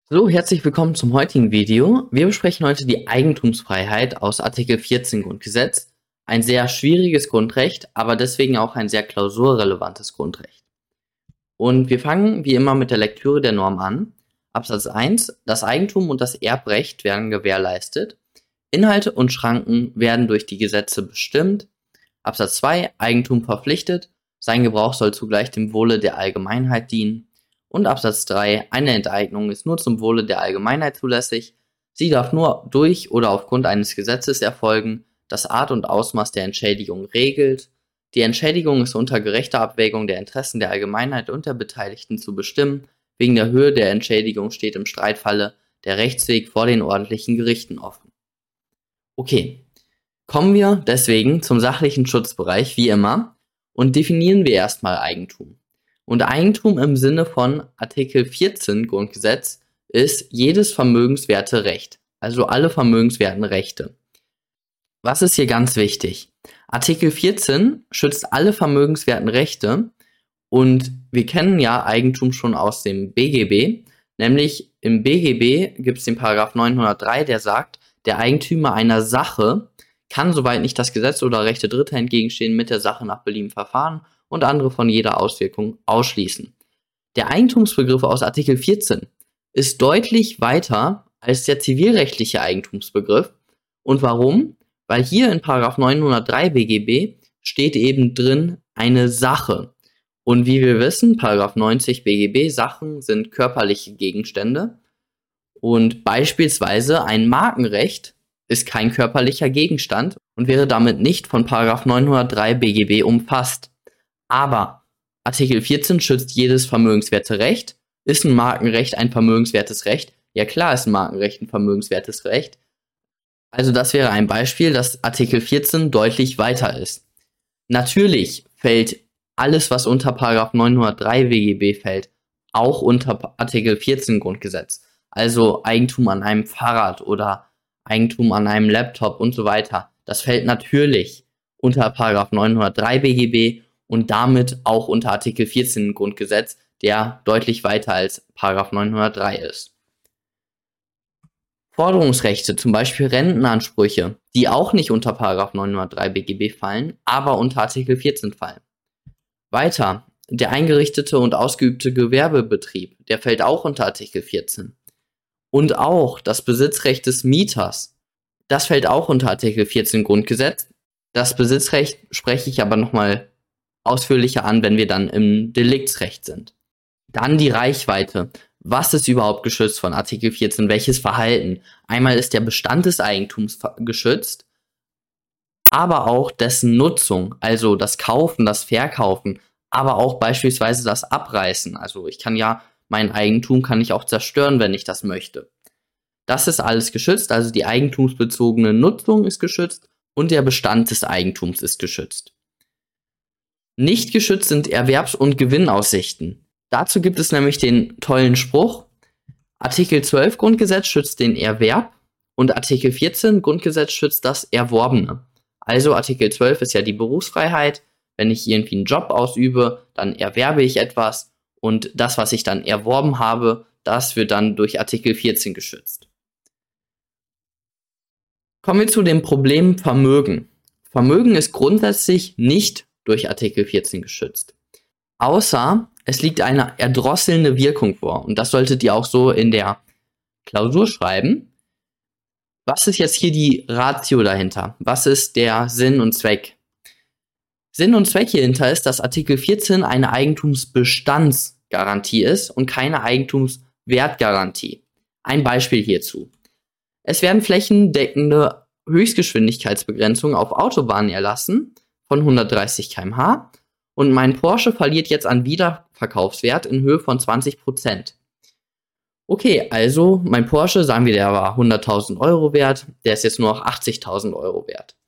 So, herzlich willkommen zum heutigen Video. Wir besprechen heute die Eigentumsfreiheit aus Artikel 14 Grundgesetz. Ein sehr schwieriges Grundrecht, aber deswegen auch ein sehr klausurrelevantes Grundrecht. Und wir fangen wie immer mit der Lektüre der Norm an. Absatz 1. Das Eigentum und das Erbrecht werden gewährleistet. Inhalte und Schranken werden durch die Gesetze bestimmt. Absatz 2. Eigentum verpflichtet. Sein Gebrauch soll zugleich dem Wohle der Allgemeinheit dienen. Und Absatz 3. Eine Enteignung ist nur zum Wohle der Allgemeinheit zulässig. Sie darf nur durch oder aufgrund eines Gesetzes erfolgen, das Art und Ausmaß der Entschädigung regelt. Die Entschädigung ist unter gerechter Abwägung der Interessen der Allgemeinheit und der Beteiligten zu bestimmen. Wegen der Höhe der Entschädigung steht im Streitfalle der Rechtsweg vor den ordentlichen Gerichten offen. Okay, kommen wir deswegen zum sachlichen Schutzbereich wie immer und definieren wir erstmal Eigentum. Und Eigentum im Sinne von Artikel 14 Grundgesetz ist jedes vermögenswerte Recht, also alle vermögenswerten Rechte. Was ist hier ganz wichtig? Artikel 14 schützt alle vermögenswerten Rechte und wir kennen ja Eigentum schon aus dem BGB, nämlich im BGB gibt es den Paragraph 903, der sagt, der Eigentümer einer Sache kann, soweit nicht das Gesetz oder Rechte Dritter entgegenstehen, mit der Sache nach Belieben verfahren und andere von jeder Auswirkung ausschließen. Der Eigentumsbegriff aus Artikel 14 ist deutlich weiter als der zivilrechtliche Eigentumsbegriff. Und warum? Weil hier in Paragraph 903 BGB steht eben drin eine Sache. Und wie wir wissen, Paragraph 90 BGB, Sachen sind körperliche Gegenstände. Und beispielsweise ein Markenrecht ist kein körperlicher Gegenstand und wäre damit nicht von Paragraph 903 BGB umfasst. Aber Artikel 14 schützt jedes vermögenswerte Recht. Ist ein Markenrecht ein vermögenswertes Recht? Ja klar ist ein Markenrecht ein vermögenswertes Recht. Also das wäre ein Beispiel, dass Artikel 14 deutlich weiter ist. Natürlich fällt alles, was unter Paragraph 903 BGB fällt, auch unter Artikel 14 Grundgesetz. Also Eigentum an einem Fahrrad oder Eigentum an einem Laptop und so weiter. Das fällt natürlich unter Paragraph 903 BGB und damit auch unter Artikel 14 Grundgesetz, der deutlich weiter als Paragraph 903 ist. Forderungsrechte, zum Beispiel Rentenansprüche, die auch nicht unter Paragraph 903 BGB fallen, aber unter Artikel 14 fallen. Weiter, der eingerichtete und ausgeübte Gewerbebetrieb, der fällt auch unter Artikel 14. Und auch das Besitzrecht des Mieters, das fällt auch unter Artikel 14 Grundgesetz. Das Besitzrecht spreche ich aber nochmal ausführlicher an, wenn wir dann im Deliktsrecht sind. Dann die Reichweite. Was ist überhaupt geschützt von Artikel 14? Welches Verhalten? Einmal ist der Bestand des Eigentums geschützt, aber auch dessen Nutzung, also das Kaufen, das Verkaufen, aber auch beispielsweise das Abreißen. Also ich kann ja mein Eigentum kann ich auch zerstören, wenn ich das möchte. Das ist alles geschützt, also die eigentumsbezogene Nutzung ist geschützt und der Bestand des Eigentums ist geschützt. Nicht geschützt sind Erwerbs- und Gewinnaussichten. Dazu gibt es nämlich den tollen Spruch, Artikel 12 Grundgesetz schützt den Erwerb und Artikel 14 Grundgesetz schützt das Erworbene. Also Artikel 12 ist ja die Berufsfreiheit. Wenn ich irgendwie einen Job ausübe, dann erwerbe ich etwas und das, was ich dann erworben habe, das wird dann durch Artikel 14 geschützt. Kommen wir zu dem Problem Vermögen. Vermögen ist grundsätzlich nicht durch Artikel 14 geschützt. Außer es liegt eine erdrosselnde Wirkung vor. Und das solltet ihr auch so in der Klausur schreiben. Was ist jetzt hier die Ratio dahinter? Was ist der Sinn und Zweck? Sinn und Zweck hierhinter ist, dass Artikel 14 eine Eigentumsbestandsgarantie ist und keine Eigentumswertgarantie. Ein Beispiel hierzu. Es werden flächendeckende Höchstgeschwindigkeitsbegrenzungen auf Autobahnen erlassen von 130 km/h und mein Porsche verliert jetzt an Wiederverkaufswert in Höhe von 20%. Okay, also mein Porsche, sagen wir, der war 100.000 Euro wert, der ist jetzt nur noch 80.000 Euro wert.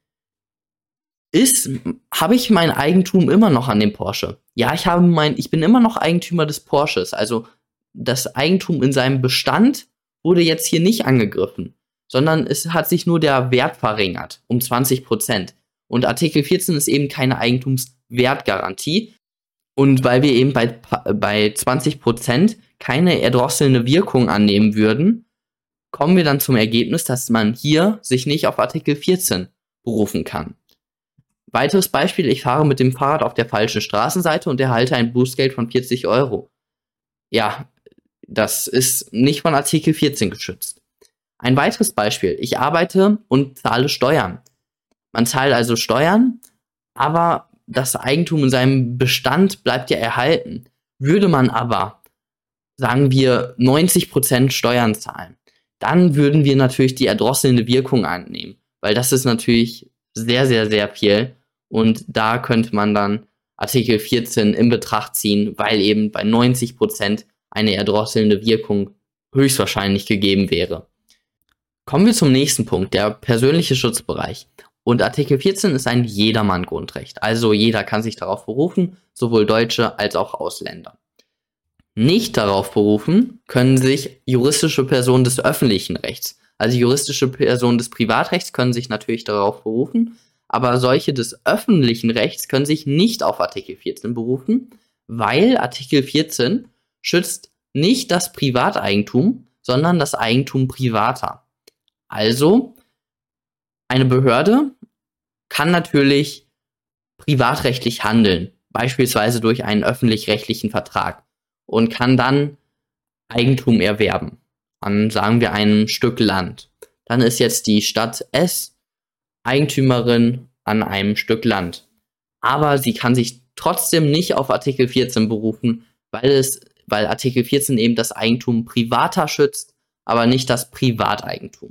Habe ich mein Eigentum immer noch an dem Porsche? Ja, ich bin immer noch Eigentümer des Porsches, also das Eigentum in seinem Bestand wurde jetzt hier nicht angegriffen, sondern es hat sich nur der Wert verringert um 20%. Und Artikel 14 ist eben keine Eigentumswertgarantie. Und weil wir eben bei 20% keine erdrosselnde Wirkung annehmen würden, kommen wir dann zum Ergebnis, dass man hier sich nicht auf Artikel 14 berufen kann. Weiteres Beispiel, ich fahre mit dem Fahrrad auf der falschen Straßenseite und erhalte ein Bußgeld von 40 Euro. Ja, das ist nicht von Artikel 14 geschützt. Ein weiteres Beispiel, ich arbeite und zahle Steuern. Man zahlt also Steuern, aber das Eigentum in seinem Bestand bleibt ja erhalten. Würde man aber, sagen wir, 90% Steuern zahlen, dann würden wir natürlich die erdrosselnde Wirkung annehmen, weil das ist natürlich sehr, sehr, sehr viel und da könnte man dann Artikel 14 in Betracht ziehen, weil eben bei 90% eine erdrosselnde Wirkung höchstwahrscheinlich gegeben wäre. Kommen wir zum nächsten Punkt, der persönliche Schutzbereich. Und Artikel 14 ist ein Jedermann-Grundrecht, also jeder kann sich darauf berufen, sowohl Deutsche als auch Ausländer. Nicht darauf berufen können sich juristische Personen des öffentlichen Rechts. Also juristische Personen des Privatrechts können sich natürlich darauf berufen, aber solche des öffentlichen Rechts können sich nicht auf Artikel 14 berufen, weil Artikel 14 schützt nicht das Privateigentum, sondern das Eigentum Privater. Also, eine Behörde kann natürlich privatrechtlich handeln, beispielsweise durch einen öffentlich-rechtlichen Vertrag und kann dann Eigentum erwerben an, sagen wir, einem Stück Land. Dann ist jetzt die Stadt S Eigentümerin an einem Stück Land. Aber sie kann sich trotzdem nicht auf Artikel 14 berufen, weil Artikel 14 eben das Eigentum privater schützt, aber nicht das Privateigentum.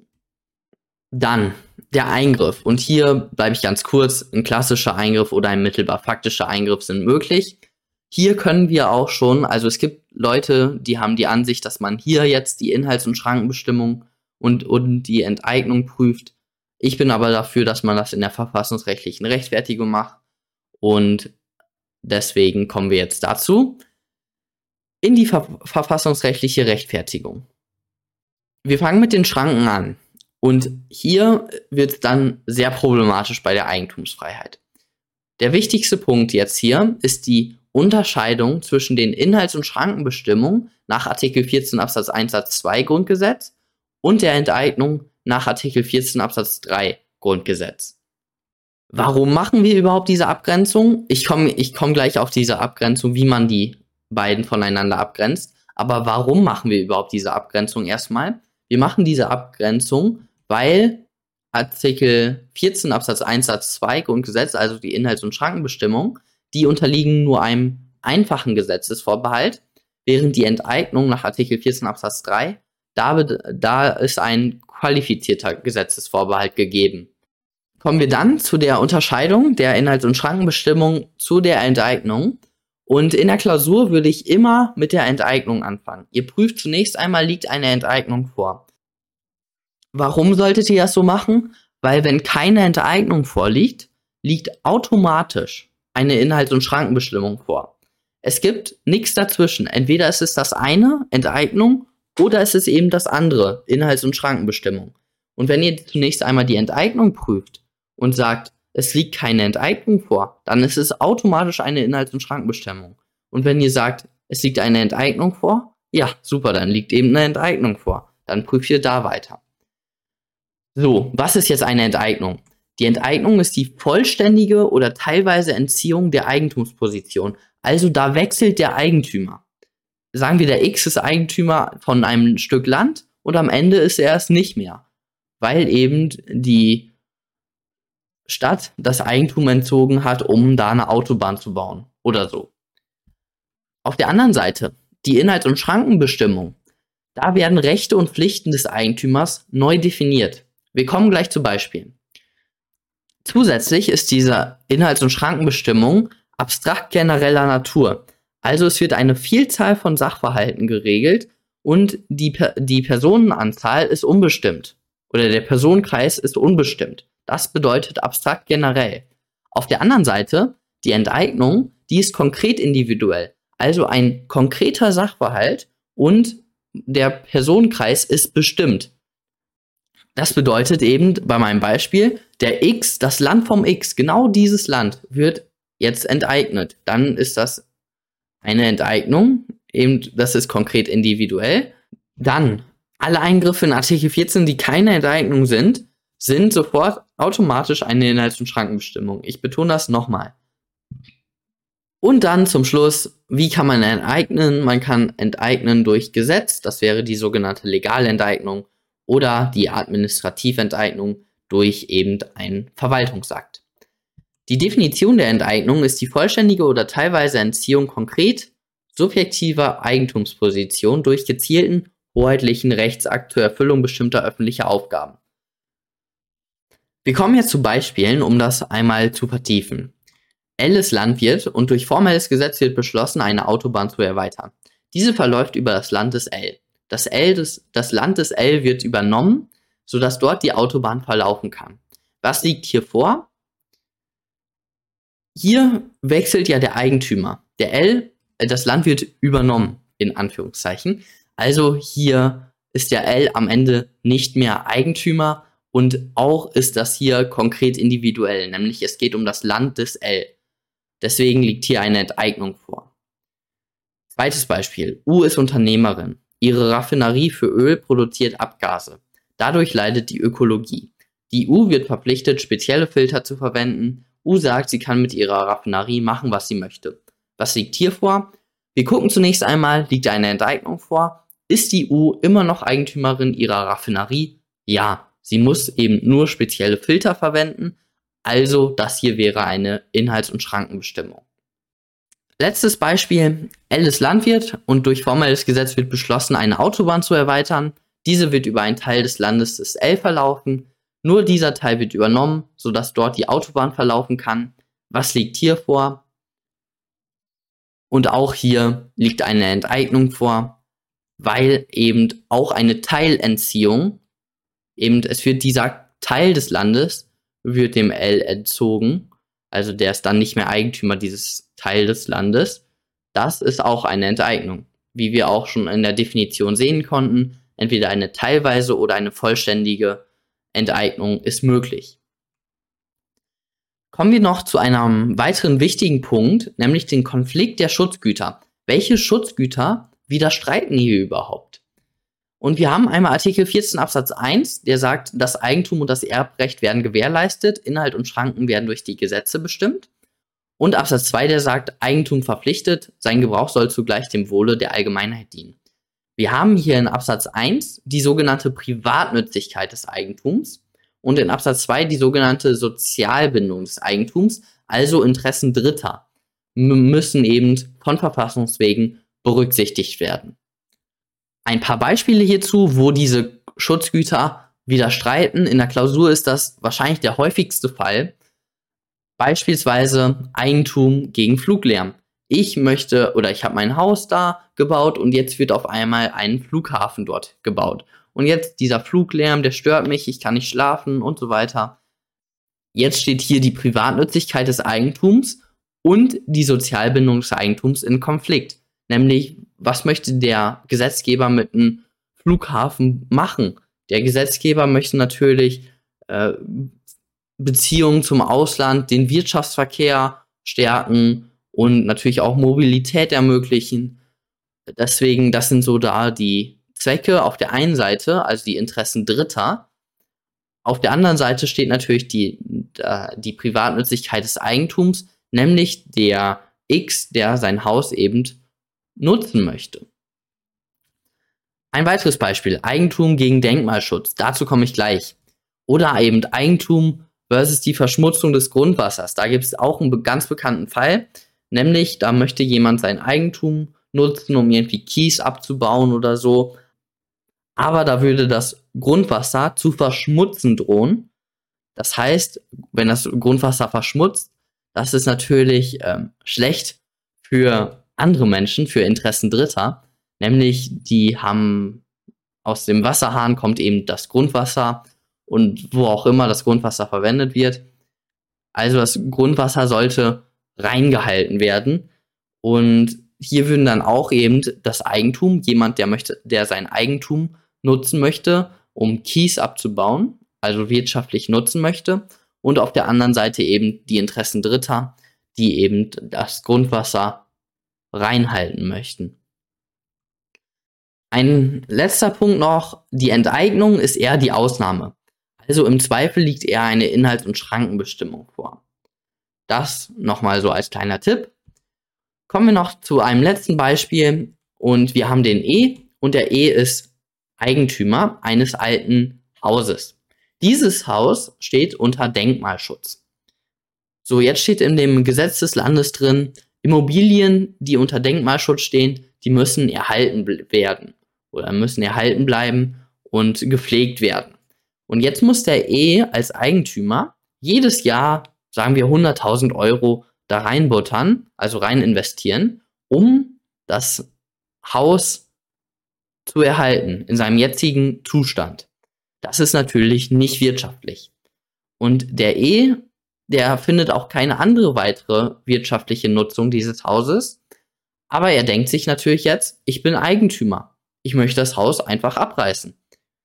Dann der Eingriff. Und hier bleibe ich ganz kurz. Ein klassischer Eingriff oder ein mittelbar faktischer Eingriff sind möglich. Hier können wir auch schon, also es gibt Leute, die haben die Ansicht, dass man hier jetzt die Inhalts- und Schrankenbestimmung und die Enteignung prüft. Ich bin aber dafür, dass man das in der verfassungsrechtlichen Rechtfertigung macht. Und deswegen kommen wir jetzt dazu. In die verfassungsrechtliche Rechtfertigung. Wir fangen mit den Schranken an. Und hier wird es dann sehr problematisch bei der Eigentumsfreiheit. Der wichtigste Punkt jetzt hier ist die Unterscheidung zwischen den Inhalts- und Schrankenbestimmungen nach Artikel 14 Absatz 1 Satz 2 Grundgesetz und der Enteignung nach Artikel 14 Absatz 3 Grundgesetz. Warum machen wir überhaupt diese Abgrenzung? Ich komm gleich auf diese Abgrenzung, wie man die beiden voneinander abgrenzt. Aber warum machen wir überhaupt diese Abgrenzung erstmal? Wir machen diese Abgrenzung, weil Artikel 14 Absatz 1 Satz 2 Grundgesetz, also die Inhalts- und Schrankenbestimmung, die unterliegen nur einem einfachen Gesetzesvorbehalt, während die Enteignung nach Artikel 14 Absatz 3, da ist ein qualifizierter Gesetzesvorbehalt gegeben. Kommen wir dann zu der Unterscheidung der Inhalts- und Schrankenbestimmung zu der Enteignung. Und in der Klausur würde ich immer mit der Enteignung anfangen. Ihr prüft zunächst einmal, liegt eine Enteignung vor. Warum solltet ihr das so machen? Weil wenn keine Enteignung vorliegt, liegt automatisch eine Inhalts- und Schrankenbestimmung vor. Es gibt nichts dazwischen. Entweder ist es das eine, Enteignung, oder es ist eben das andere, Inhalts- und Schrankenbestimmung. Und wenn ihr zunächst einmal die Enteignung prüft und sagt, es liegt keine Enteignung vor, dann ist es automatisch eine Inhalts- und Schrankenbestimmung. Und wenn ihr sagt, es liegt eine Enteignung vor, ja, super, dann liegt eben eine Enteignung vor. Dann prüft ihr da weiter. So, was ist jetzt eine Enteignung? Die Enteignung ist die vollständige oder teilweise Entziehung der Eigentumsposition. Also da wechselt der Eigentümer. Sagen wir, der X ist Eigentümer von einem Stück Land und am Ende ist er es nicht mehr, weil eben die Stadt das Eigentum entzogen hat, um da eine Autobahn zu bauen oder so. Auf der anderen Seite, die Inhalts- und Schrankenbestimmung. Da werden Rechte und Pflichten des Eigentümers neu definiert. Wir kommen gleich zu Beispielen. Zusätzlich ist diese Inhalts- und Schrankenbestimmung abstrakt genereller Natur. Also es wird eine Vielzahl von Sachverhalten geregelt und die Personenanzahl ist unbestimmt oder der Personenkreis ist unbestimmt. Das bedeutet abstrakt generell. Auf der anderen Seite, die Enteignung, die ist konkret individuell. Also ein konkreter Sachverhalt und der Personenkreis ist bestimmt. Das bedeutet eben bei meinem Beispiel, der X, das Land vom X, genau dieses Land wird jetzt enteignet. Dann ist das eine Enteignung Eben, das ist konkret individuell. Dann, alle Eingriffe in Artikel 14, die keine Enteignung sind sofort automatisch eine Inhalts- und Schrankenbestimmung. Ich betone das nochmal. Und dann zum Schluss, wie kann man enteignen? Man kann enteignen durch Gesetz, das wäre die sogenannte Legalenteignung, oder die Administrativenteignung durch eben einen Verwaltungsakt. Die Definition der Enteignung ist die vollständige oder teilweise Entziehung konkret subjektiver Eigentumsposition durch gezielten hoheitlichen Rechtsakt zur Erfüllung bestimmter öffentlicher Aufgaben. Wir kommen jetzt zu Beispielen, um das einmal zu vertiefen. L ist Landwirt und durch formelles Gesetz wird beschlossen, eine Autobahn zu erweitern. Diese verläuft über das Land des L. Das Land des L wird übernommen, sodass dort die Autobahn verlaufen kann. Was liegt hier vor? Hier wechselt ja der Eigentümer. Das Land wird übernommen, in Anführungszeichen. Also hier ist der L am Ende nicht mehr Eigentümer und auch ist das hier konkret individuell, nämlich es geht um das Land des L. Deswegen liegt hier eine Enteignung vor. Zweites Beispiel. U ist Unternehmerin. Ihre Raffinerie für Öl produziert Abgase. Dadurch leidet die Ökologie. Die U wird verpflichtet, spezielle Filter zu verwenden. U sagt, sie kann mit ihrer Raffinerie machen, was sie möchte. Was liegt hier vor? Wir gucken zunächst einmal, liegt eine Enteignung vor? Ist die U immer noch Eigentümerin ihrer Raffinerie? Ja, sie muss eben nur spezielle Filter verwenden. Also das hier wäre eine Inhalts- und Schrankenbestimmung. Letztes Beispiel. L ist Landwirt und durch formelles Gesetz wird beschlossen, eine Autobahn zu erweitern. Diese wird über einen Teil des Landes des L verlaufen. Nur dieser Teil wird übernommen, sodass dort die Autobahn verlaufen kann. Was liegt hier vor? Und auch hier liegt eine Enteignung vor, weil eben auch eine Teilentziehung, es wird dieser Teil des Landes, wird dem L entzogen, also der ist dann nicht mehr Eigentümer dieses Teil des Landes. Das ist auch eine Enteignung, wie wir auch schon in der Definition sehen konnten. Entweder eine teilweise oder eine vollständige Enteignung ist möglich. Kommen wir noch zu einem weiteren wichtigen Punkt, nämlich den Konflikt der Schutzgüter. Welche Schutzgüter widerstreiten hier überhaupt? Und wir haben einmal Artikel 14 Absatz 1, der sagt, das Eigentum und das Erbrecht werden gewährleistet, Inhalt und Schranken werden durch die Gesetze bestimmt. Und Absatz 2, der sagt, Eigentum verpflichtet, sein Gebrauch soll zugleich dem Wohle der Allgemeinheit dienen. Wir haben hier in Absatz 1 die sogenannte Privatnützigkeit des Eigentums und in Absatz 2 die sogenannte Sozialbindung des Eigentums, also Interessen Dritter, müssen eben von Verfassungswegen berücksichtigt werden. Ein paar Beispiele hierzu, wo diese Schutzgüter widerstreiten. In der Klausur ist das wahrscheinlich der häufigste Fall. Beispielsweise Eigentum gegen Fluglärm. Ich habe mein Haus da gebaut und jetzt wird auf einmal ein Flughafen dort gebaut. Und jetzt dieser Fluglärm, der stört mich, ich kann nicht schlafen und so weiter. Jetzt steht hier die Privatnützigkeit des Eigentums und die Sozialbindung des Eigentums in Konflikt. Nämlich, was möchte der Gesetzgeber mit einem Flughafen machen? Der Gesetzgeber möchte natürlich Beziehungen zum Ausland, den Wirtschaftsverkehr stärken und natürlich auch Mobilität ermöglichen. Deswegen, das sind so da die Zwecke auf der einen Seite, also die Interessen Dritter. Auf der anderen Seite steht natürlich die Privatnützigkeit des Eigentums, nämlich der X, der sein Haus eben nutzen möchte. Ein weiteres Beispiel, Eigentum gegen Denkmalschutz, dazu komme ich gleich. Oder eben Eigentum versus die Verschmutzung des Grundwassers. Da gibt es auch einen ganz bekannten Fall, nämlich da möchte jemand sein Eigentum nutzen, um irgendwie Kies abzubauen oder so. Aber da würde das Grundwasser zu verschmutzen drohen. Das heißt, wenn das Grundwasser verschmutzt, das ist natürlich schlecht für andere Menschen, für Interessen Dritter. Nämlich, die haben aus dem Wasserhahn kommt eben das Grundwasser und wo auch immer das Grundwasser verwendet wird. Also das Grundwasser sollte reingehalten werden. Und hier würden dann auch eben das Eigentum, jemand, der sein Eigentum nutzen möchte, um Kies abzubauen, also wirtschaftlich nutzen möchte, und auf der anderen Seite eben die Interessen Dritter, die eben das Grundwasser reinhalten möchten. Ein letzter Punkt noch, die Enteignung ist eher die Ausnahme. Also im Zweifel liegt eher eine Inhalts- und Schrankenbestimmung vor. Das nochmal so als kleiner Tipp. Kommen wir noch zu einem letzten Beispiel und wir haben den E und der E ist Eigentümer eines alten Hauses. Dieses Haus steht unter Denkmalschutz. So, jetzt steht in dem Gesetz des Landes drin, Immobilien, die unter Denkmalschutz stehen, die müssen erhalten werden oder müssen erhalten bleiben und gepflegt werden. Und jetzt muss der E als Eigentümer jedes Jahr, sagen wir 100.000 Euro, da reinbuttern, also rein investieren, um das Haus zu erhalten in seinem jetzigen Zustand. Das ist natürlich nicht wirtschaftlich. Und der E, der findet auch keine andere weitere wirtschaftliche Nutzung dieses Hauses, aber er denkt sich natürlich jetzt, ich bin Eigentümer, ich möchte das Haus einfach abreißen.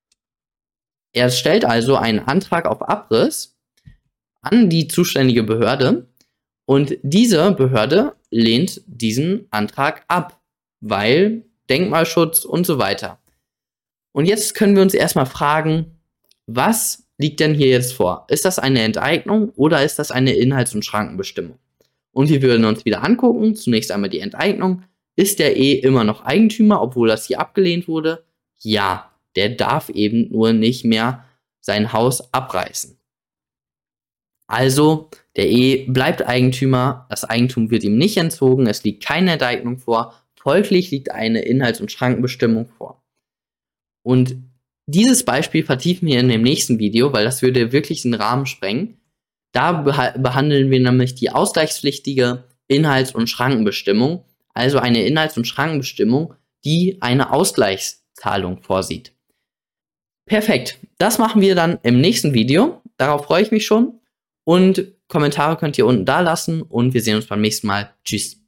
Er stellt also einen Antrag auf Abriss an die zuständige Behörde und diese Behörde lehnt diesen Antrag ab, weil Denkmalschutz und so weiter. Und jetzt können wir uns erstmal fragen, was liegt denn hier jetzt vor? Ist das eine Enteignung oder ist das eine Inhalts- und Schrankenbestimmung? Und wir würden uns wieder angucken, zunächst einmal die Enteignung. Ist der E immer noch Eigentümer, obwohl das hier abgelehnt wurde? Ja, der darf eben nur nicht mehr sein Haus abreißen. Also, der E bleibt Eigentümer, das Eigentum wird ihm nicht entzogen, es liegt keine Enteignung vor, folglich liegt eine Inhalts- und Schrankenbestimmung vor. Und dieses Beispiel vertiefen wir in dem nächsten Video, weil das würde wirklich den Rahmen sprengen. Da behandeln wir nämlich die ausgleichspflichtige Inhalts- und Schrankenbestimmung, also eine Inhalts- und Schrankenbestimmung, die eine Ausgleichszahlung vorsieht. Perfekt, das machen wir dann im nächsten Video. Darauf freue ich mich schon. Und Kommentare könnt ihr unten da lassen und wir sehen uns beim nächsten Mal. Tschüss.